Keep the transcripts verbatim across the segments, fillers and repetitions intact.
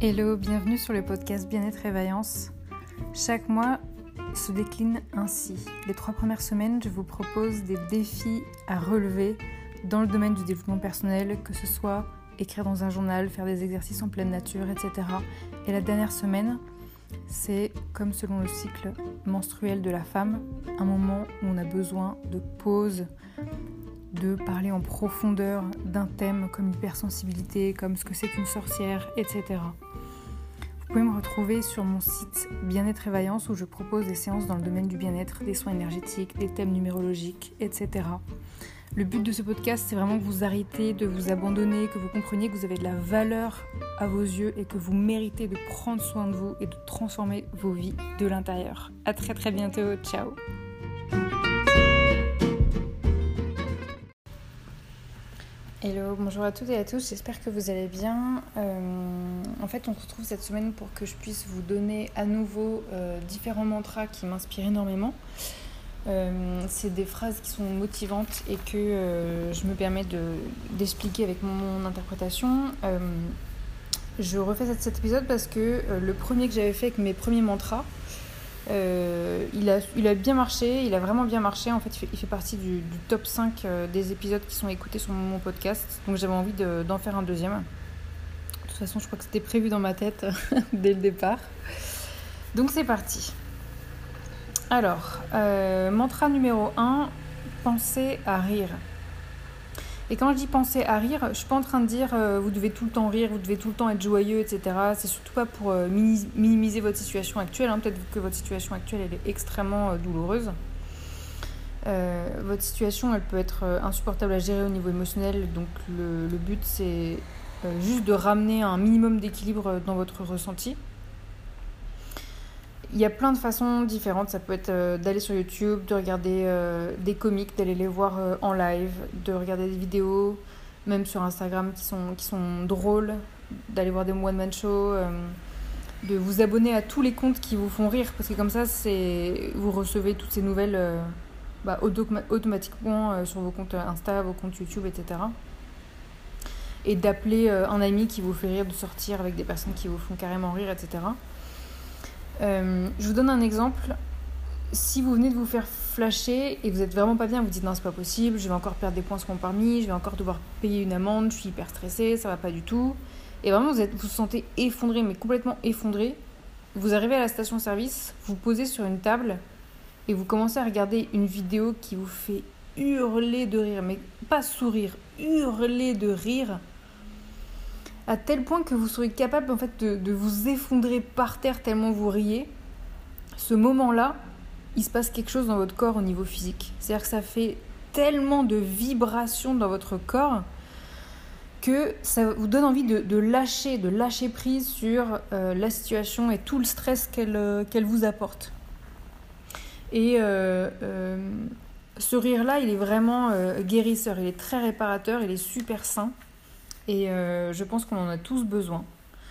Hello, bienvenue sur le podcast Bien-être et Vaillance. Chaque mois se décline ainsi. Les trois premières semaines, je vous propose des défis à relever dans le domaine du développement personnel, que ce soit écrire dans un journal, faire des exercices en pleine nature, et cetera. Et la dernière semaine, c'est comme selon le cycle menstruel de la femme, un moment où on a besoin de pause, de parler en profondeur d'un thème comme l'hypersensibilité, comme ce que c'est qu'une sorcière, et cetera. Vous pouvez me retrouver sur mon site Bien-être et Vaillance où je propose des séances dans le domaine du bien-être, des soins énergétiques, des thèmes numérologiques, et cetera. Le but de ce podcast, c'est vraiment que vous arrêtez de vous abandonner, que vous compreniez que vous avez de la valeur à vos yeux et que vous méritez de prendre soin de vous et de transformer vos vies de l'intérieur. À très très bientôt, ciao. Hello, bonjour à toutes et à tous, j'espère que vous allez bien. Euh, en fait, on se retrouve cette semaine pour que je puisse vous donner à nouveau euh, différents mantras qui m'inspirent énormément. Euh, c'est des phrases qui sont motivantes et que euh, je me permets de, d'expliquer avec mon, mon interprétation. Euh, je refais cet, cet épisode parce que euh, le premier que j'avais fait avec mes premiers mantras, Euh, il, a, il a bien marché, il a vraiment bien marché. En fait, il fait, il fait partie du, du top cinq euh, des épisodes qui sont écoutés sur mon, mon podcast. Donc j'avais envie de, d'en faire un deuxième. De toute façon, je crois que c'était prévu dans ma tête dès le départ. Donc c'est parti. Alors, euh, mantra numéro un, pensez à rire. Et quand je dis penser à rire, je ne suis pas en train de dire euh, vous devez tout le temps rire, vous devez tout le temps être joyeux, et cetera. C'est surtout pas pour euh, minimiser votre situation actuelle. Hein. Peut-être que votre situation actuelle elle est extrêmement euh, douloureuse. Euh, votre situation elle peut être euh, insupportable à gérer au niveau émotionnel. Donc le, le but c'est euh, juste de ramener un minimum d'équilibre dans votre ressenti. Il y a plein de façons différentes. Ça peut être euh, d'aller sur YouTube, de regarder euh, des comiques, d'aller les voir euh, en live, de regarder des vidéos, même sur Instagram qui sont, qui sont drôles, d'aller voir des one-man shows, euh, de vous abonner à tous les comptes qui vous font rire, parce que comme ça, c'est, vous recevez toutes ces nouvelles euh, bah, auto- automatiquement euh, sur vos comptes Insta, vos comptes YouTube, et cetera. Et d'appeler euh, un ami qui vous fait rire, de sortir avec des personnes qui vous font carrément rire, et cetera. Euh, je vous donne un exemple. Si vous venez de vous faire flasher et vous êtes vraiment pas bien, vous dites non c'est pas possible, je vais encore perdre des points sur mon permis, je vais encore devoir payer une amende, je suis hyper stressée, ça va pas du tout. Et vraiment vous êtes, vous vous sentez effondré, mais complètement effondré. Vous arrivez à la station-service, vous posez sur une table et vous commencez à regarder une vidéo qui vous fait hurler de rire, mais pas sourire, hurler de rire. À tel point que vous serez capable en fait, de, de vous effondrer par terre tellement vous riez. Ce moment-là, il se passe quelque chose dans votre corps au niveau physique. C'est-à-dire que ça fait tellement de vibrations dans votre corps que ça vous donne envie de, de lâcher, de lâcher prise sur euh, la situation et tout le stress qu'elle, euh, qu'elle vous apporte. Et euh, euh, ce rire-là, il est vraiment euh, guérisseur, il est très réparateur, il est super sain. Et euh, je pense qu'on en a tous besoin.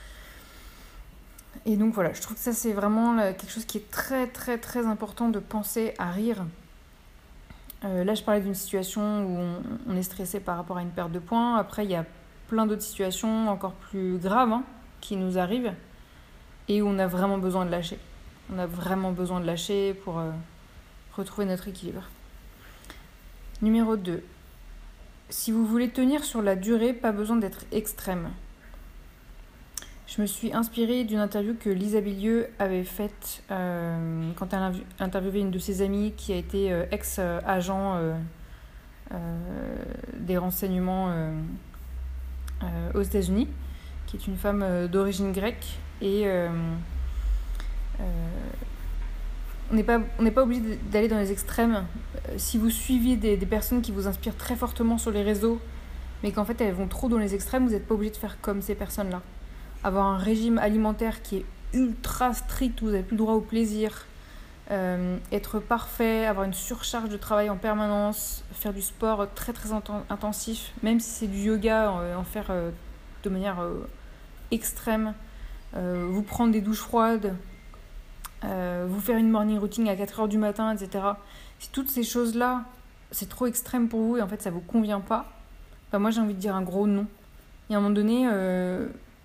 Et donc voilà, je trouve que ça c'est vraiment quelque chose qui est très très très important de penser à rire. Euh, là je parlais d'une situation où on, on est stressé par rapport à une perte de points. Après il y a plein d'autres situations encore plus graves hein, qui nous arrivent et où on a vraiment besoin de lâcher. On a vraiment besoin de lâcher pour euh, retrouver notre équilibre. Numéro deux. Si vous voulez tenir sur la durée, pas besoin d'être extrême. Je me suis inspirée d'une interview que Lisa Bilieux avait faite euh, quand elle a interviewé une de ses amies qui a été euh, ex-agent euh, euh, des renseignements euh, euh, aux États-Unis, qui est une femme euh, d'origine grecque. Et euh, euh, on n'est pas, on n'est pas obligé d'aller dans les extrêmes. Si vous suivez des, des personnes qui vous inspirent très fortement sur les réseaux, mais qu'en fait elles vont trop dans les extrêmes, vous n'êtes pas obligé de faire comme ces personnes-là. Avoir un régime alimentaire qui est ultra strict, où vous n'avez plus le droit au plaisir, euh, être parfait, avoir une surcharge de travail en permanence, faire du sport très très intensif, même si c'est du yoga, en, en faire euh, de manière euh, extrême, euh, vous prendre des douches froides, euh, vous faire une morning routine à quatre heures du matin, et cetera. Si toutes ces choses-là, c'est trop extrême pour vous et en fait ça ne vous convient pas, bah moi j'ai envie de dire un gros non. Et à un moment donné... Euh,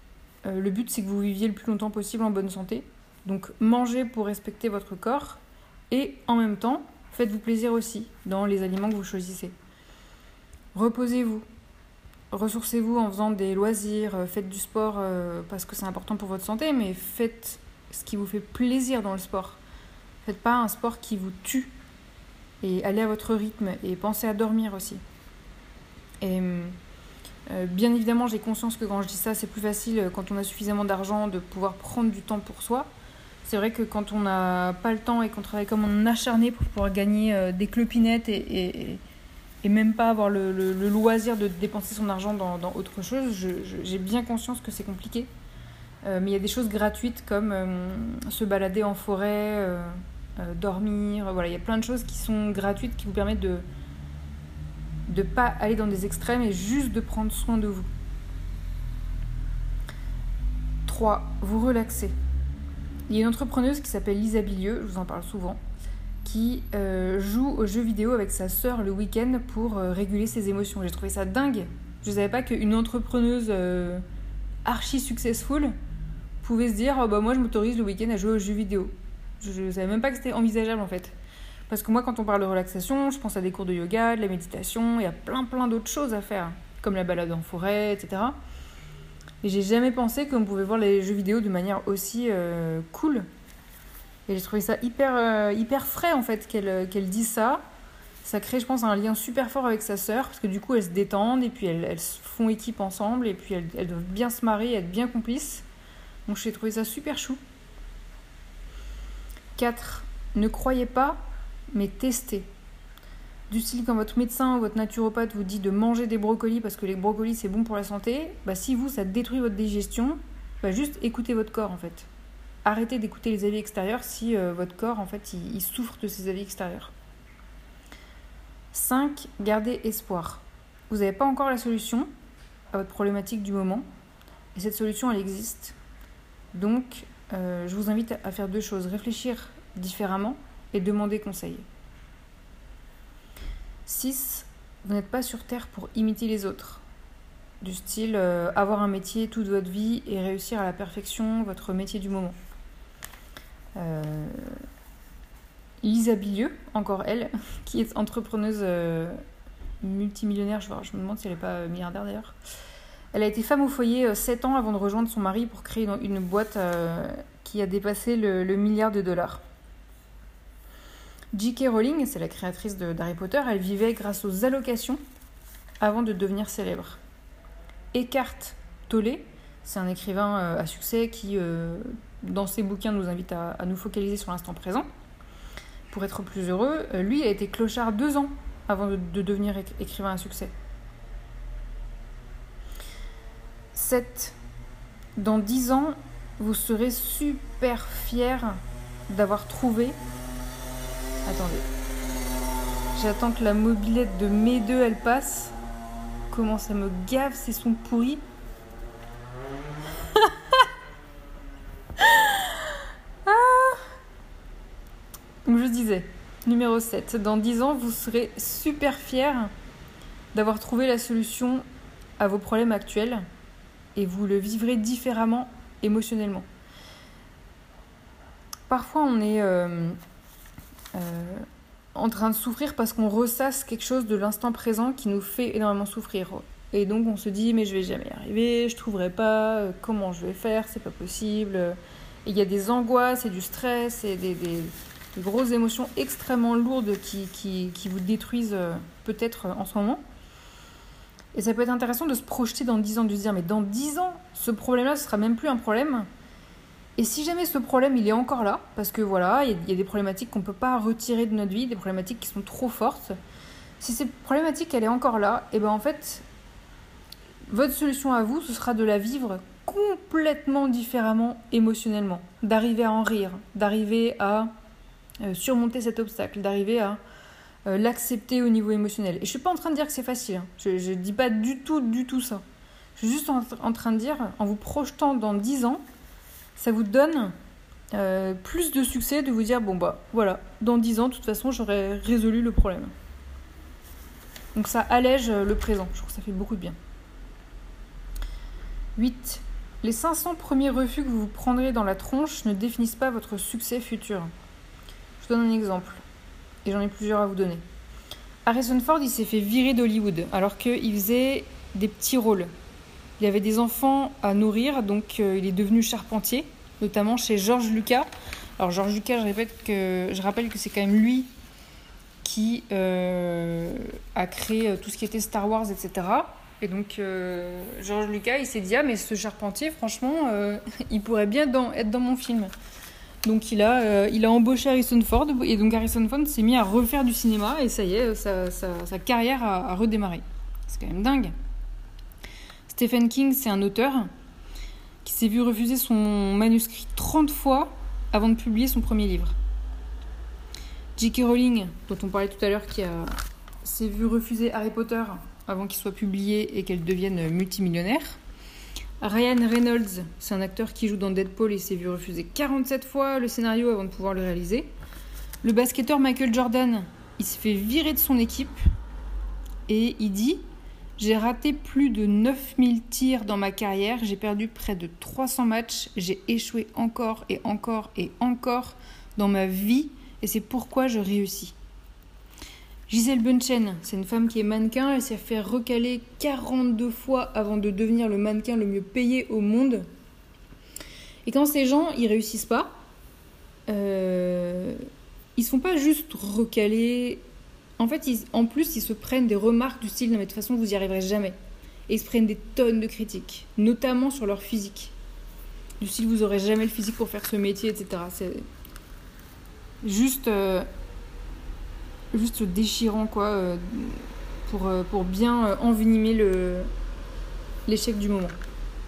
Euh, le but, c'est que vous viviez le plus longtemps possible en bonne santé. Donc, mangez pour respecter votre corps et en même temps, faites-vous plaisir aussi dans les aliments que vous choisissez. Reposez-vous. Ressourcez-vous en faisant des loisirs, faites du sport euh, parce que c'est important pour votre santé, mais faites ce qui vous fait plaisir dans le sport. Faites pas un sport qui vous tue. Et allez à votre rythme et pensez à dormir aussi. Et euh, bien évidemment, j'ai conscience que quand je dis ça, c'est plus facile quand on a suffisamment d'argent de pouvoir prendre du temps pour soi. C'est vrai que quand on n'a pas le temps et qu'on travaille comme un acharné pour pouvoir gagner euh, des clopinettes et, et, et même pas avoir le, le, le loisir de dépenser son argent dans, dans autre chose, je, je, j'ai bien conscience que c'est compliqué. Euh, mais il y a des choses gratuites comme euh, se balader en forêt, euh, euh, dormir. Voilà, il y a plein de choses qui sont gratuites qui vous permettent de ne pas aller dans des extrêmes et juste de prendre soin de vous. trois. Vous relaxer. Il y a une entrepreneuse qui s'appelle Lisa Bilieux, je vous en parle souvent, qui euh, joue aux jeux vidéo avec sa sœur le week-end pour euh, réguler ses émotions. J'ai trouvé ça dingue. Je ne savais pas qu'une entrepreneuse euh, archi successful pouvait se dire oh, bah, moi je m'autorise le week-end à jouer aux jeux vidéo. Je ne savais même pas que c'était envisageable en fait. Parce que moi quand on parle de relaxation, je pense à des cours de yoga, de la méditation, il y a plein plein d'autres choses à faire, comme la balade en forêt, et cetera. Et j'ai jamais pensé qu'on pouvait voir les jeux vidéo de manière aussi euh, cool. Et j'ai trouvé ça hyper, euh, hyper frais en fait qu'elle, qu'elle dise ça. Ça crée, je pense, un lien super fort avec sa sœur, parce que du coup elles se détendent et puis elles, elles font équipe ensemble et puis elles, elles doivent bien se marier, être bien complices. Donc j'ai trouvé ça super chou. quatre. Ne croyez pas, mais testez. Du style quand votre médecin ou votre naturopathe vous dit de manger des brocolis parce que les brocolis c'est bon pour la santé, bah si vous ça détruit votre digestion, bah juste écoutez votre corps en fait. Arrêtez d'écouter les avis extérieurs si euh, votre corps en fait il, il souffre de ces avis extérieurs. cinq. Gardez espoir. Vous n'avez pas encore la solution à votre problématique du moment et cette solution elle existe. Donc euh, je vous invite à faire deux choses, réfléchir différemment et demander conseil. six. Vous n'êtes pas sur Terre pour imiter les autres. Du style euh, avoir un métier toute votre vie et réussir à la perfection votre métier du moment. Euh, Lisa Bilieux, encore elle, qui est entrepreneuse euh, multimillionnaire, je, vois, je me demande si elle n'est pas milliardaire d'ailleurs. Elle a été femme au foyer euh, sept ans avant de rejoindre son mari pour créer une, une boîte euh, qui a dépassé le, le milliard de dollars. J K Rowling, c'est la créatrice de, d'Harry Potter, elle vivait grâce aux allocations avant de devenir célèbre. Eckhart Tolle, c'est un écrivain euh, à succès qui, euh, dans ses bouquins, nous invite à, à nous focaliser sur l'instant présent pour être plus heureux. Euh, lui, il a été clochard deux ans avant de, de devenir éc- écrivain à succès. sept. Dans dix ans, vous serez super fiers d'avoir trouvé... Attendez. J'attends que la mobilette de mes deux, elle passe. Comment ça me gave ces sons pourris. ah Donc je disais, numéro sept. Dans dix ans, vous serez super fiers d'avoir trouvé la solution à vos problèmes actuels et vous le vivrez différemment émotionnellement. Parfois, on est... Euh, Euh, en train de souffrir parce qu'on ressasse quelque chose de l'instant présent qui nous fait énormément souffrir. Et donc on se dit mais je vais jamais y arriver, je trouverai pas, euh, comment je vais faire, c'est pas possible. Et il y a des angoisses et du stress et des, des, des grosses émotions extrêmement lourdes qui, qui, qui vous détruisent euh, peut-être en ce moment. Et ça peut être intéressant de se projeter dans dix ans, de se dire mais dans dix ans, ce problème-là, ce sera même plus un problème. Et si jamais ce problème, il est encore là, parce que voilà, il y, y a des problématiques qu'on ne peut pas retirer de notre vie, des problématiques qui sont trop fortes, si cette problématique, elle est encore là, et ben en fait, votre solution à vous, ce sera de la vivre complètement différemment émotionnellement, d'arriver à en rire, d'arriver à euh, surmonter cet obstacle, d'arriver à euh, l'accepter au niveau émotionnel. Et je ne suis pas en train de dire que c'est facile, hein. je ne dis pas du tout, du tout ça. Je suis juste en, en train de dire, en vous projetant dans dix ans, ça vous donne euh, plus de succès de vous dire bon bah voilà, dans dix ans de toute façon j'aurai résolu le problème. Donc ça allège le présent, je trouve que ça fait beaucoup de bien. huit. Les cinq cents premiers refus que vous vous prendrez dans la tronche ne définissent pas votre succès futur. Je vous donne un exemple, et j'en ai plusieurs à vous donner. Harrison Ford, il s'est fait virer d'Hollywood, alors qu'il faisait des petits rôles. Il avait des enfants à nourrir, donc euh, il est devenu charpentier, notamment chez George Lucas. Alors George Lucas, je, répète que, je rappelle que c'est quand même lui qui euh, a créé tout ce qui était Star Wars, et cetera. Et donc euh, George Lucas, il s'est dit « Ah, mais ce charpentier, franchement, euh, il pourrait bien dans, être dans mon film ». Donc il a, euh, il a embauché Harrison Ford, et donc Harrison Ford s'est mis à refaire du cinéma, et ça y est, sa, sa, sa carrière a, a redémarré. C'est quand même dingue. Stephen King, c'est un auteur qui s'est vu refuser son manuscrit trente fois avant de publier son premier livre. J K. Rowling, dont on parlait tout à l'heure, qui a, s'est vu refuser Harry Potter avant qu'il soit publié et qu'elle devienne multimillionnaire. Ryan Reynolds, c'est un acteur qui joue dans Deadpool et s'est vu refuser quarante-sept fois le scénario avant de pouvoir le réaliser. Le basketteur Michael Jordan, il s'est fait virer de son équipe et il dit « J'ai raté plus de neuf mille tirs dans ma carrière, j'ai perdu près de trois cents matchs, j'ai échoué encore et encore et encore dans ma vie et c'est pourquoi je réussis. » Gisèle Bündchen, c'est une femme qui est mannequin, elle s'est fait recaler quarante-deux fois avant de devenir le mannequin le mieux payé au monde. Et quand ces gens, ils réussissent pas, euh, ils se font pas juste recaler. En fait, ils, en plus, ils se prennent des remarques du style « Non mais de toute façon, vous y arriverez jamais ». Et ils se prennent des tonnes de critiques, notamment sur leur physique. Du style « Vous aurez jamais le physique pour faire ce métier, et cetera » C'est juste... Euh, juste déchirant quoi euh, pour, euh, pour bien euh, envenimer le, l'échec du moment.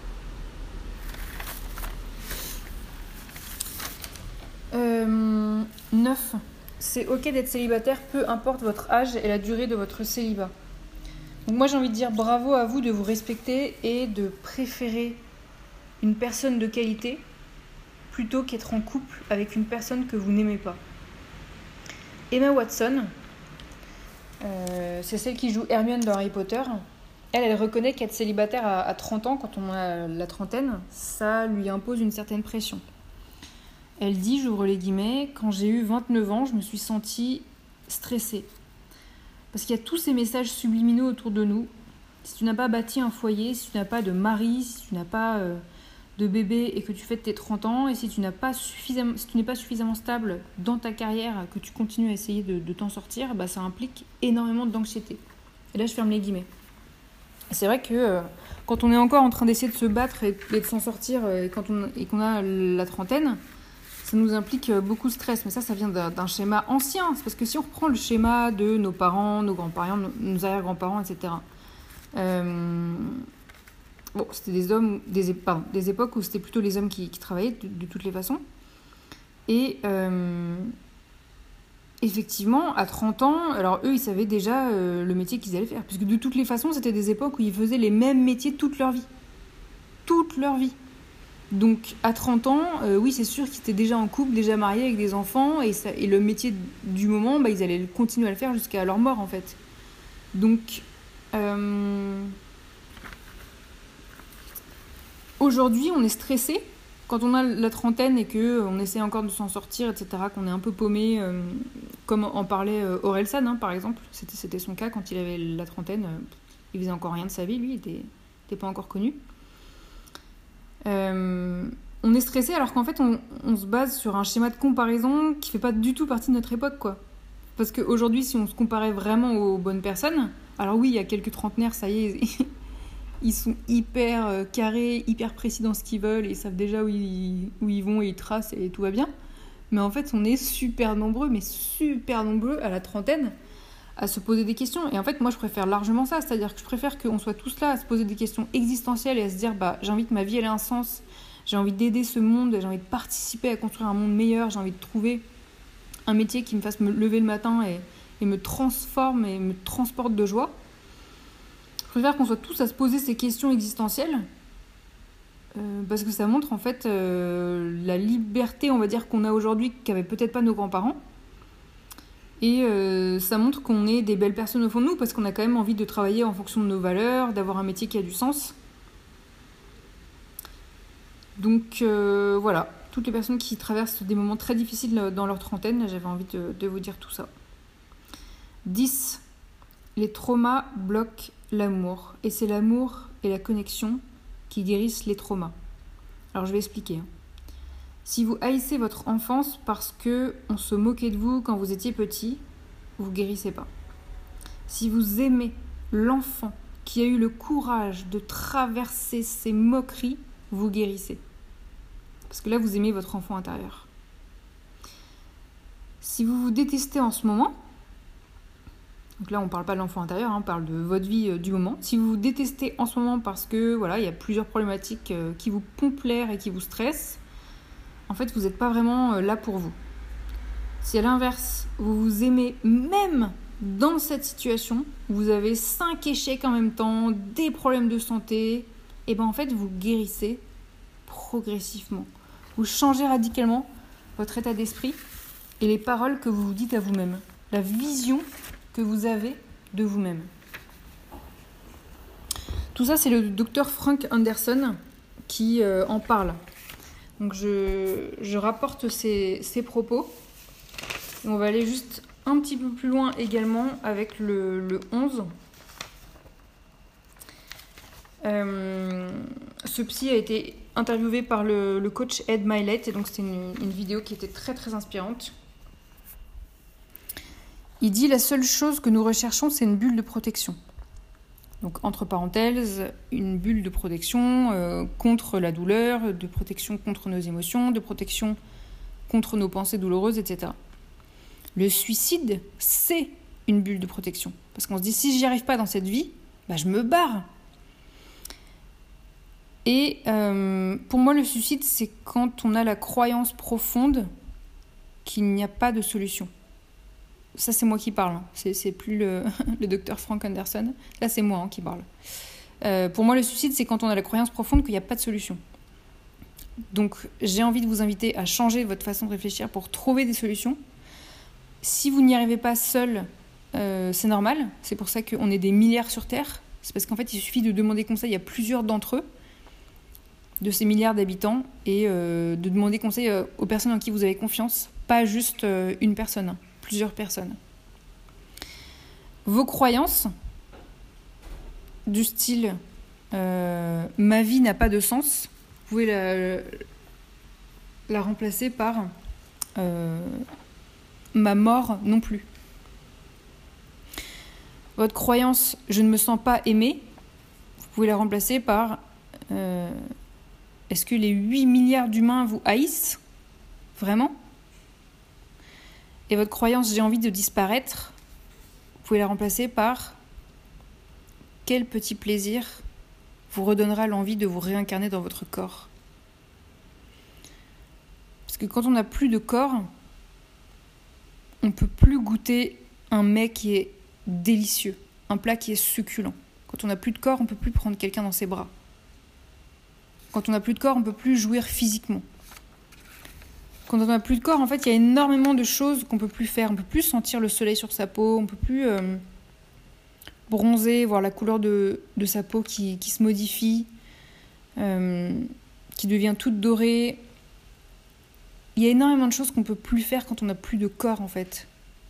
Euh, neuf. C'est ok d'être célibataire, peu importe votre âge et la durée de votre célibat. Donc moi j'ai envie de dire bravo à vous de vous respecter et de préférer une personne de qualité plutôt qu'être en couple avec une personne que vous n'aimez pas. Emma Watson, euh, c'est celle qui joue Hermione dans Harry Potter. Elle, elle reconnaît qu'être célibataire à, à trente ans, quand on a la trentaine, ça lui impose une certaine pression. Elle dit, j'ouvre les guillemets, « Quand j'ai eu vingt-neuf ans, je me suis sentie stressée. Parce qu'il y a tous ces messages subliminaux autour de nous. Si tu n'as pas bâti un foyer, si tu n'as pas de mari, si tu n'as pas... Euh, de bébé et que tu fêtes tes trente ans et si tu n'as pas suffisamment, si tu n'es pas suffisamment stable dans ta carrière, que tu continues à essayer de, de t'en sortir, bah ça implique énormément d'anxiété. Et là je ferme les guillemets. Et c'est vrai que euh, quand on est encore en train d'essayer de se battre et, et de s'en sortir euh, et, quand on, et qu'on a la trentaine, ça nous implique beaucoup de stress. Mais ça, ça vient d'un, d'un schéma ancien. C'est parce que si on reprend le schéma de nos parents, nos grands-parents, nos, nos arrière-grands-parents, et cetera. Euh, Bon, c'était des hommes, des, pardon, des époques où c'était plutôt les hommes qui, qui travaillaient de, de toutes les façons. Et euh, effectivement, à trente ans, alors eux, ils savaient déjà euh, le métier qu'ils allaient faire. Puisque de toutes les façons, c'était des époques où ils faisaient les mêmes métiers toute leur vie. Toute leur vie. Donc, à trente ans, euh, oui, c'est sûr qu'ils étaient déjà en couple, déjà mariés avec des enfants. Et, ça, et le métier du moment, bah, ils allaient continuer à le faire jusqu'à leur mort, en fait. Donc... Euh, Aujourd'hui, on est stressé quand on a la trentaine et qu'on essaie encore de s'en sortir, et cetera, qu'on est un peu paumé, euh, comme en parlait euh, Orelsan, hein, par exemple. C'était, c'était son cas quand il avait la trentaine. Euh, il faisait encore rien de sa vie, lui, il n'était, était pas encore connu. Euh, on est stressé alors qu'en fait, on, on se base sur un schéma de comparaison qui ne fait pas du tout partie de notre époque, quoi. Parce qu'aujourd'hui, si on se comparait vraiment aux bonnes personnes, alors oui, il y a quelques trentenaires, ça y est... Ils sont hyper euh, carrés, hyper précis dans ce qu'ils veulent, et ils savent déjà où ils, où ils vont et ils tracent et tout va bien. Mais en fait, on est super nombreux, mais super nombreux à la trentaine à se poser des questions. Et en fait, moi, je préfère largement ça. C'est-à-dire que je préfère qu'on soit tous là à se poser des questions existentielles et à se dire bah, j'ai envie que ma vie ait un sens, j'ai envie d'aider ce monde, j'ai envie de participer à construire un monde meilleur, j'ai envie de trouver un métier qui me fasse me lever le matin et, et me transforme et me transporte de joie. Je préfère qu'on soit tous à se poser ces questions existentielles euh, parce que ça montre en fait euh, la liberté, on va dire, qu'on a aujourd'hui qu'avaient peut-être pas nos grands-parents. Et euh, ça montre qu'on est des belles personnes au fond de nous parce qu'on a quand même envie de travailler en fonction de nos valeurs, d'avoir un métier qui a du sens. Donc euh, voilà, toutes les personnes qui traversent des moments très difficiles dans leur trentaine, j'avais envie de, de vous dire tout ça. dix. Les traumas bloquent l'amour. Et c'est l'amour et la connexion qui guérissent les traumas. Alors je vais expliquer. Hein. Si vous haïssez votre enfance parce qu'on se moquait de vous quand vous étiez petit, vous ne guérissez pas. Si vous aimez l'enfant qui a eu le courage de traverser ces moqueries, vous guérissez. Parce que là, vous aimez votre enfant intérieur. Si vous vous détestez en ce moment, donc là, on ne parle pas de l'enfant intérieur, hein, on parle de votre vie euh, du moment. Si vous vous détestez en ce moment parce que voilà, il y a plusieurs problématiques euh, qui vous pompent l'air et qui vous stressent, en fait, vous n'êtes pas vraiment euh, là pour vous. Si à l'inverse, vous vous aimez même dans cette situation, vous avez cinq échecs en même temps, des problèmes de santé, et bien en fait, vous guérissez progressivement. Vous changez radicalement votre état d'esprit et les paroles que vous vous dites à vous-même, la vision que vous avez de vous-même. Tout ça, c'est le docteur Frank Anderson qui euh, en parle. Donc je, je rapporte ses, ses propos. Et on va aller juste un petit peu plus loin également avec le, le onze. Euh, ce psy a été interviewé par le, le coach Ed Mylett, et donc c'était une, une vidéo qui était très très inspirante. Il dit: la seule chose que nous recherchons, c'est une bulle de protection. Donc entre parenthèses, une bulle de protection euh, contre la douleur, de protection contre nos émotions, de protection contre nos pensées douloureuses, et cetera. Le suicide, c'est une bulle de protection. Parce qu'on se dit, si j'y arrive pas dans cette vie, bah, je me barre. Et euh, pour moi, le suicide, c'est quand on a la croyance profonde qu'il n'y a pas de solution. Ça, c'est moi qui parle. Hein. C'est, c'est plus le, le docteur Frank Anderson. Là, c'est moi hein, qui parle. Euh, pour moi, le suicide, c'est quand on a la croyance profonde qu'il n'y a pas de solution. Donc, j'ai envie de vous inviter à changer votre façon de réfléchir pour trouver des solutions. Si vous n'y arrivez pas seul, euh, c'est normal. C'est pour ça qu'on est des milliards sur Terre. C'est parce qu'en fait, il suffit de demander conseil à plusieurs d'entre eux, de ces milliards d'habitants, et euh, de demander conseil euh, aux personnes en qui vous avez confiance, pas juste euh, une personne, plusieurs personnes. Vos croyances, du style euh, « ma vie n'a pas de sens », vous pouvez la, la remplacer par euh, « ma mort non plus ». Votre croyance « je ne me sens pas aimé », vous pouvez la remplacer par euh, « est-ce que les huit milliards d'humains vous haïssent ? Vraiment ?» Et votre croyance « j'ai envie de disparaître », vous pouvez la remplacer par « quel petit plaisir vous redonnera l'envie de vous réincarner dans votre corps ?» Parce que quand on n'a plus de corps, on ne peut plus goûter un mets qui est délicieux, un plat qui est succulent. Quand on n'a plus de corps, on ne peut plus prendre quelqu'un dans ses bras. Quand on n'a plus de corps, on ne peut plus jouir physiquement. Quand on n'a plus de corps, en fait, il y a énormément de choses qu'on ne peut plus faire. On ne peut plus sentir le soleil sur sa peau, on ne peut plus euh, bronzer, voir la couleur de, de sa peau qui, qui se modifie, euh, qui devient toute dorée. Il y a énormément de choses qu'on ne peut plus faire quand on n'a plus de corps, en fait.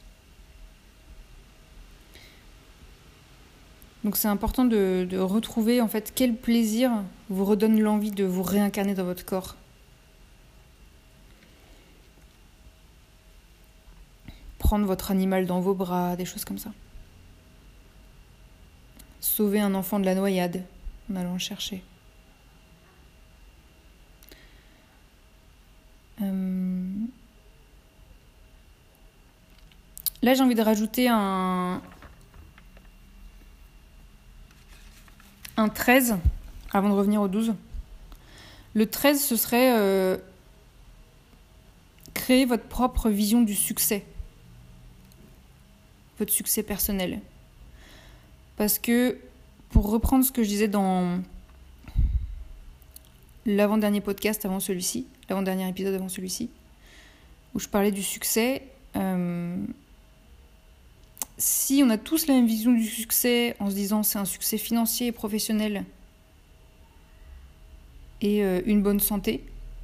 Donc c'est important de, de retrouver, en fait, quel plaisir vous redonne l'envie de vous réincarner dans votre corps. Prendre votre animal dans vos bras, des choses comme ça. Sauver un enfant de la noyade en allant le chercher. Euh... Là, j'ai envie de rajouter un... un treize, avant de revenir au douze. Le treize, ce serait euh, créer votre propre vision du succès. Votre succès personnel. Parce que, pour reprendre ce que je disais dans l'avant-dernier podcast avant celui-ci, l'avant-dernier épisode avant celui-ci, où je parlais du succès, euh, si on a tous la même vision du succès en se disant c'est un succès financier et professionnel, et euh, une bonne santé,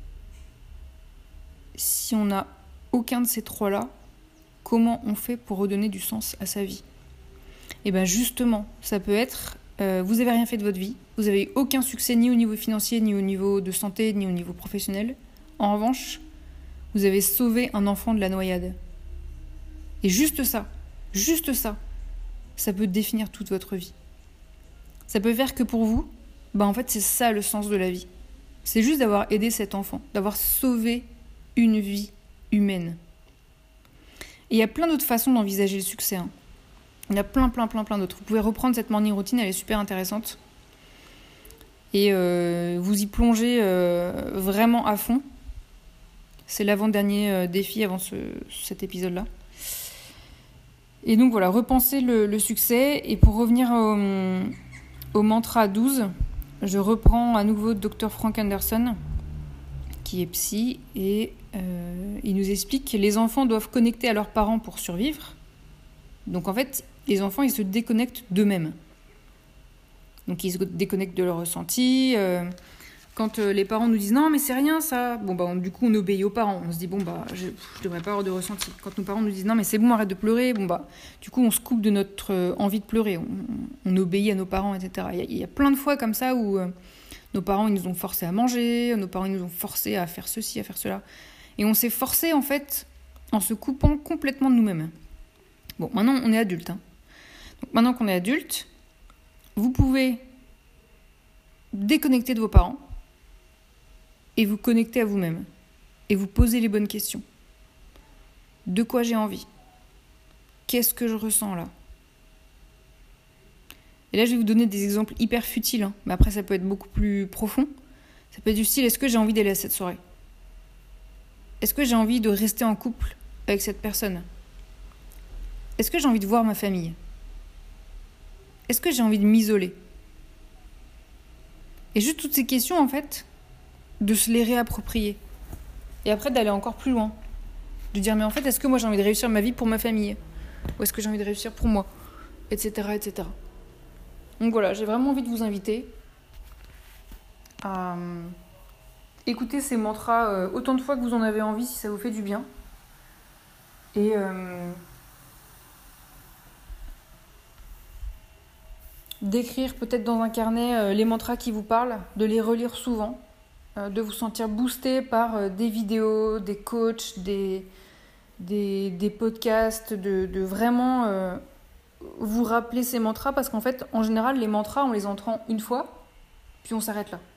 si on n'a aucun de ces trois-là, comment on fait pour redonner du sens à sa vie ? Et bien justement, ça peut être, euh, vous n'avez rien fait de votre vie, vous n'avez aucun succès ni au niveau financier, ni au niveau de santé, ni au niveau professionnel. En revanche, vous avez sauvé un enfant de la noyade. Et juste ça, juste ça, ça peut définir toute votre vie. Ça peut faire que pour vous, bah en fait c'est ça le sens de la vie. C'est juste d'avoir aidé cet enfant, d'avoir sauvé une vie humaine. Et il y a plein d'autres façons d'envisager le succès. Hein. Il y a plein, plein, plein, plein d'autres. Vous pouvez reprendre cette morning routine, elle est super intéressante. Et euh, vous y plongez euh, vraiment à fond. C'est l'avant-dernier euh, défi avant ce, cet épisode-là. Et donc voilà, repensez le, le succès. Et pour revenir au, au mantra douze, je reprends à nouveau docteur Frank Anderson, qui est psy, et euh, il nous explique que les enfants doivent connecter à leurs parents pour survivre. Donc en fait, les enfants, ils se déconnectent d'eux-mêmes. Donc ils se déconnectent de leurs ressentis. Euh, quand euh, les parents nous disent « Non, mais c'est rien ça », bon, bah, on, du coup, on obéit aux parents. On se dit « Bon, bah, je ne devrais pas avoir de ressenti ». Quand nos parents nous disent « Non, mais c'est bon, arrête de pleurer », bon, bah, du coup, on se coupe de notre euh, envie de pleurer. On, on obéit à nos parents, et cetera. Il y, a, il y a plein de fois comme ça où euh, nos parents, ils nous ont forcés à manger, nos parents, ils nous ont forcés à faire ceci, à faire cela. Et on s'est forcé, en fait, en se coupant complètement de nous-mêmes. Bon, maintenant, on est adulte. Hein. Donc, maintenant qu'on est adulte, vous pouvez déconnecter de vos parents et vous connecter à vous-même. Et vous poser les bonnes questions. De quoi j'ai envie ? Qu'est-ce que je ressens là ? Et là, je vais vous donner des exemples hyper futiles. Hein. Mais après, ça peut être beaucoup plus profond. Ça peut être du style, est-ce que j'ai envie d'aller à cette soirée ? Est-ce que j'ai envie de rester en couple avec cette personne ? Est-ce que j'ai envie de voir ma famille ? Est-ce que j'ai envie de m'isoler ? Et juste toutes ces questions, en fait, de se les réapproprier. Et après, d'aller encore plus loin. De dire, mais en fait, est-ce que moi, j'ai envie de réussir ma vie pour ma famille ? Ou est-ce que j'ai envie de réussir pour moi ? Etc, et cetera. Donc voilà, j'ai vraiment envie de vous inviter à écouter ces mantras euh, autant de fois que vous en avez envie, si ça vous fait du bien. Et... Euh, d'écrire peut-être dans un carnet euh, les mantras qui vous parlent, de les relire souvent, euh, de vous sentir boosté par euh, des vidéos, des coachs, des, des, des podcasts, de, de vraiment euh, vous rappeler ces mantras, parce qu'en fait, en général, les mantras, on les entend une fois, puis on s'arrête là.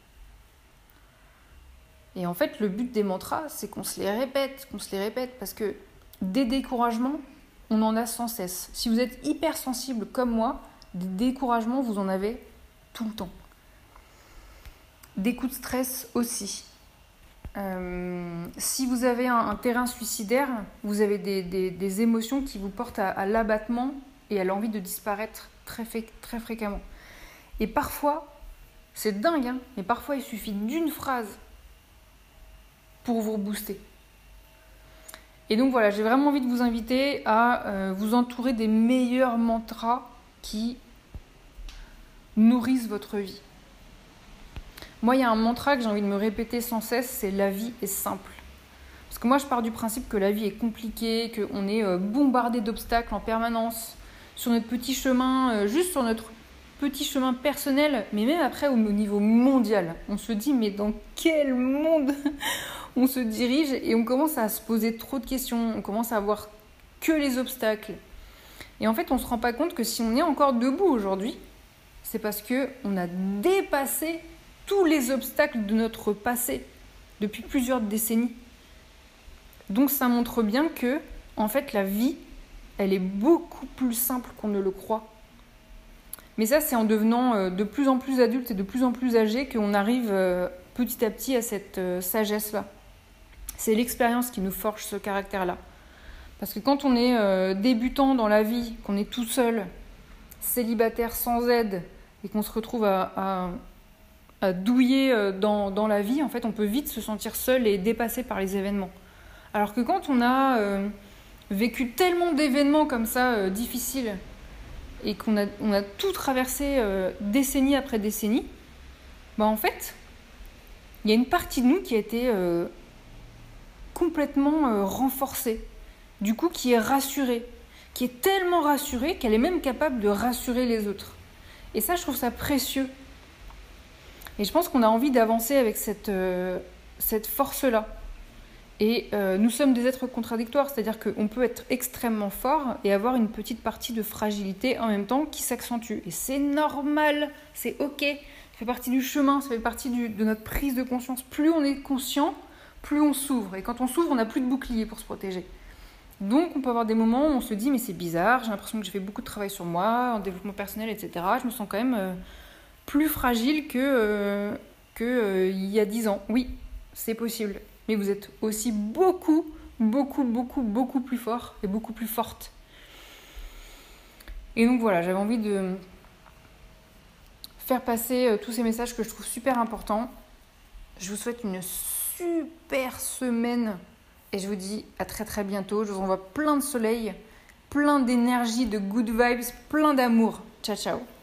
Et en fait, le but des mantras, c'est qu'on se les répète, qu'on se les répète, parce que des découragements, on en a sans cesse. Si vous êtes hypersensible comme moi, des découragements, vous en avez tout le temps. Des coups de stress aussi. Euh, si vous avez un, un terrain suicidaire, vous avez des, des, des émotions qui vous portent à, à l'abattement et à l'envie de disparaître très, très fréquemment. Et parfois, c'est dingue, hein, mais parfois il suffit d'une phrase pour vous rebooster. Et donc voilà, j'ai vraiment envie de vous inviter à euh, vous entourer des meilleurs mantras qui nourrissent votre vie. Moi, il y a un mantra que j'ai envie de me répéter sans cesse, c'est « la vie est simple ». Parce que moi, je pars du principe que la vie est compliquée, qu'on est bombardé d'obstacles en permanence, sur notre petit chemin, juste sur notre petit chemin personnel, mais même après au niveau mondial. On se dit, mais dans quel monde on se dirige ? Et on commence à se poser trop de questions, on commence à voir que les obstacles. Et en fait, on ne se rend pas compte que si on est encore debout aujourd'hui, c'est parce qu'on a dépassé tous les obstacles de notre passé depuis plusieurs décennies. Donc ça montre bien que, en fait, la vie, elle est beaucoup plus simple qu'on ne le croit. Mais ça, c'est en devenant de plus en plus adulte et de plus en plus âgé qu'on arrive petit à petit à cette sagesse-là. C'est l'expérience qui nous forge ce caractère-là. Parce que quand on est euh, débutant dans la vie, qu'on est tout seul, célibataire sans aide, et qu'on se retrouve à, à, à douiller dans, dans la vie, en fait, on peut vite se sentir seul et dépassé par les événements. Alors que quand on a euh, vécu tellement d'événements comme ça, euh, difficiles, et qu'on a, on a tout traversé euh, décennie après décennie, bah en fait, il y a une partie de nous qui a été euh, complètement euh, renforcée, du coup qui est rassurée, qui est tellement rassurée qu'elle est même capable de rassurer les autres. Et ça, je trouve ça précieux. Et je pense qu'on a envie d'avancer avec cette, euh, cette force-là. Et euh, nous sommes des êtres contradictoires, c'est-à-dire qu'on peut être extrêmement fort et avoir une petite partie de fragilité en même temps qui s'accentue. Et c'est normal, c'est ok, ça fait partie du chemin, ça fait partie du, de notre prise de conscience. Plus on est conscient, plus on s'ouvre. Et quand on s'ouvre, on n'a plus de bouclier pour se protéger. Donc on peut avoir des moments où on se dit mais c'est bizarre, j'ai l'impression que j'ai fait beaucoup de travail sur moi, en développement personnel, et cetera. Je me sens quand même euh, plus fragile que, euh, que euh, il y a dix ans. Oui, c'est possible. Mais vous êtes aussi beaucoup, beaucoup, beaucoup, beaucoup plus fort et beaucoup plus forte. Et donc voilà, j'avais envie de faire passer euh, tous ces messages que je trouve super importants. Je vous souhaite une super semaine et je vous dis à très très bientôt. Je vous envoie plein de soleil, plein d'énergie, de good vibes, plein d'amour. Ciao, ciao.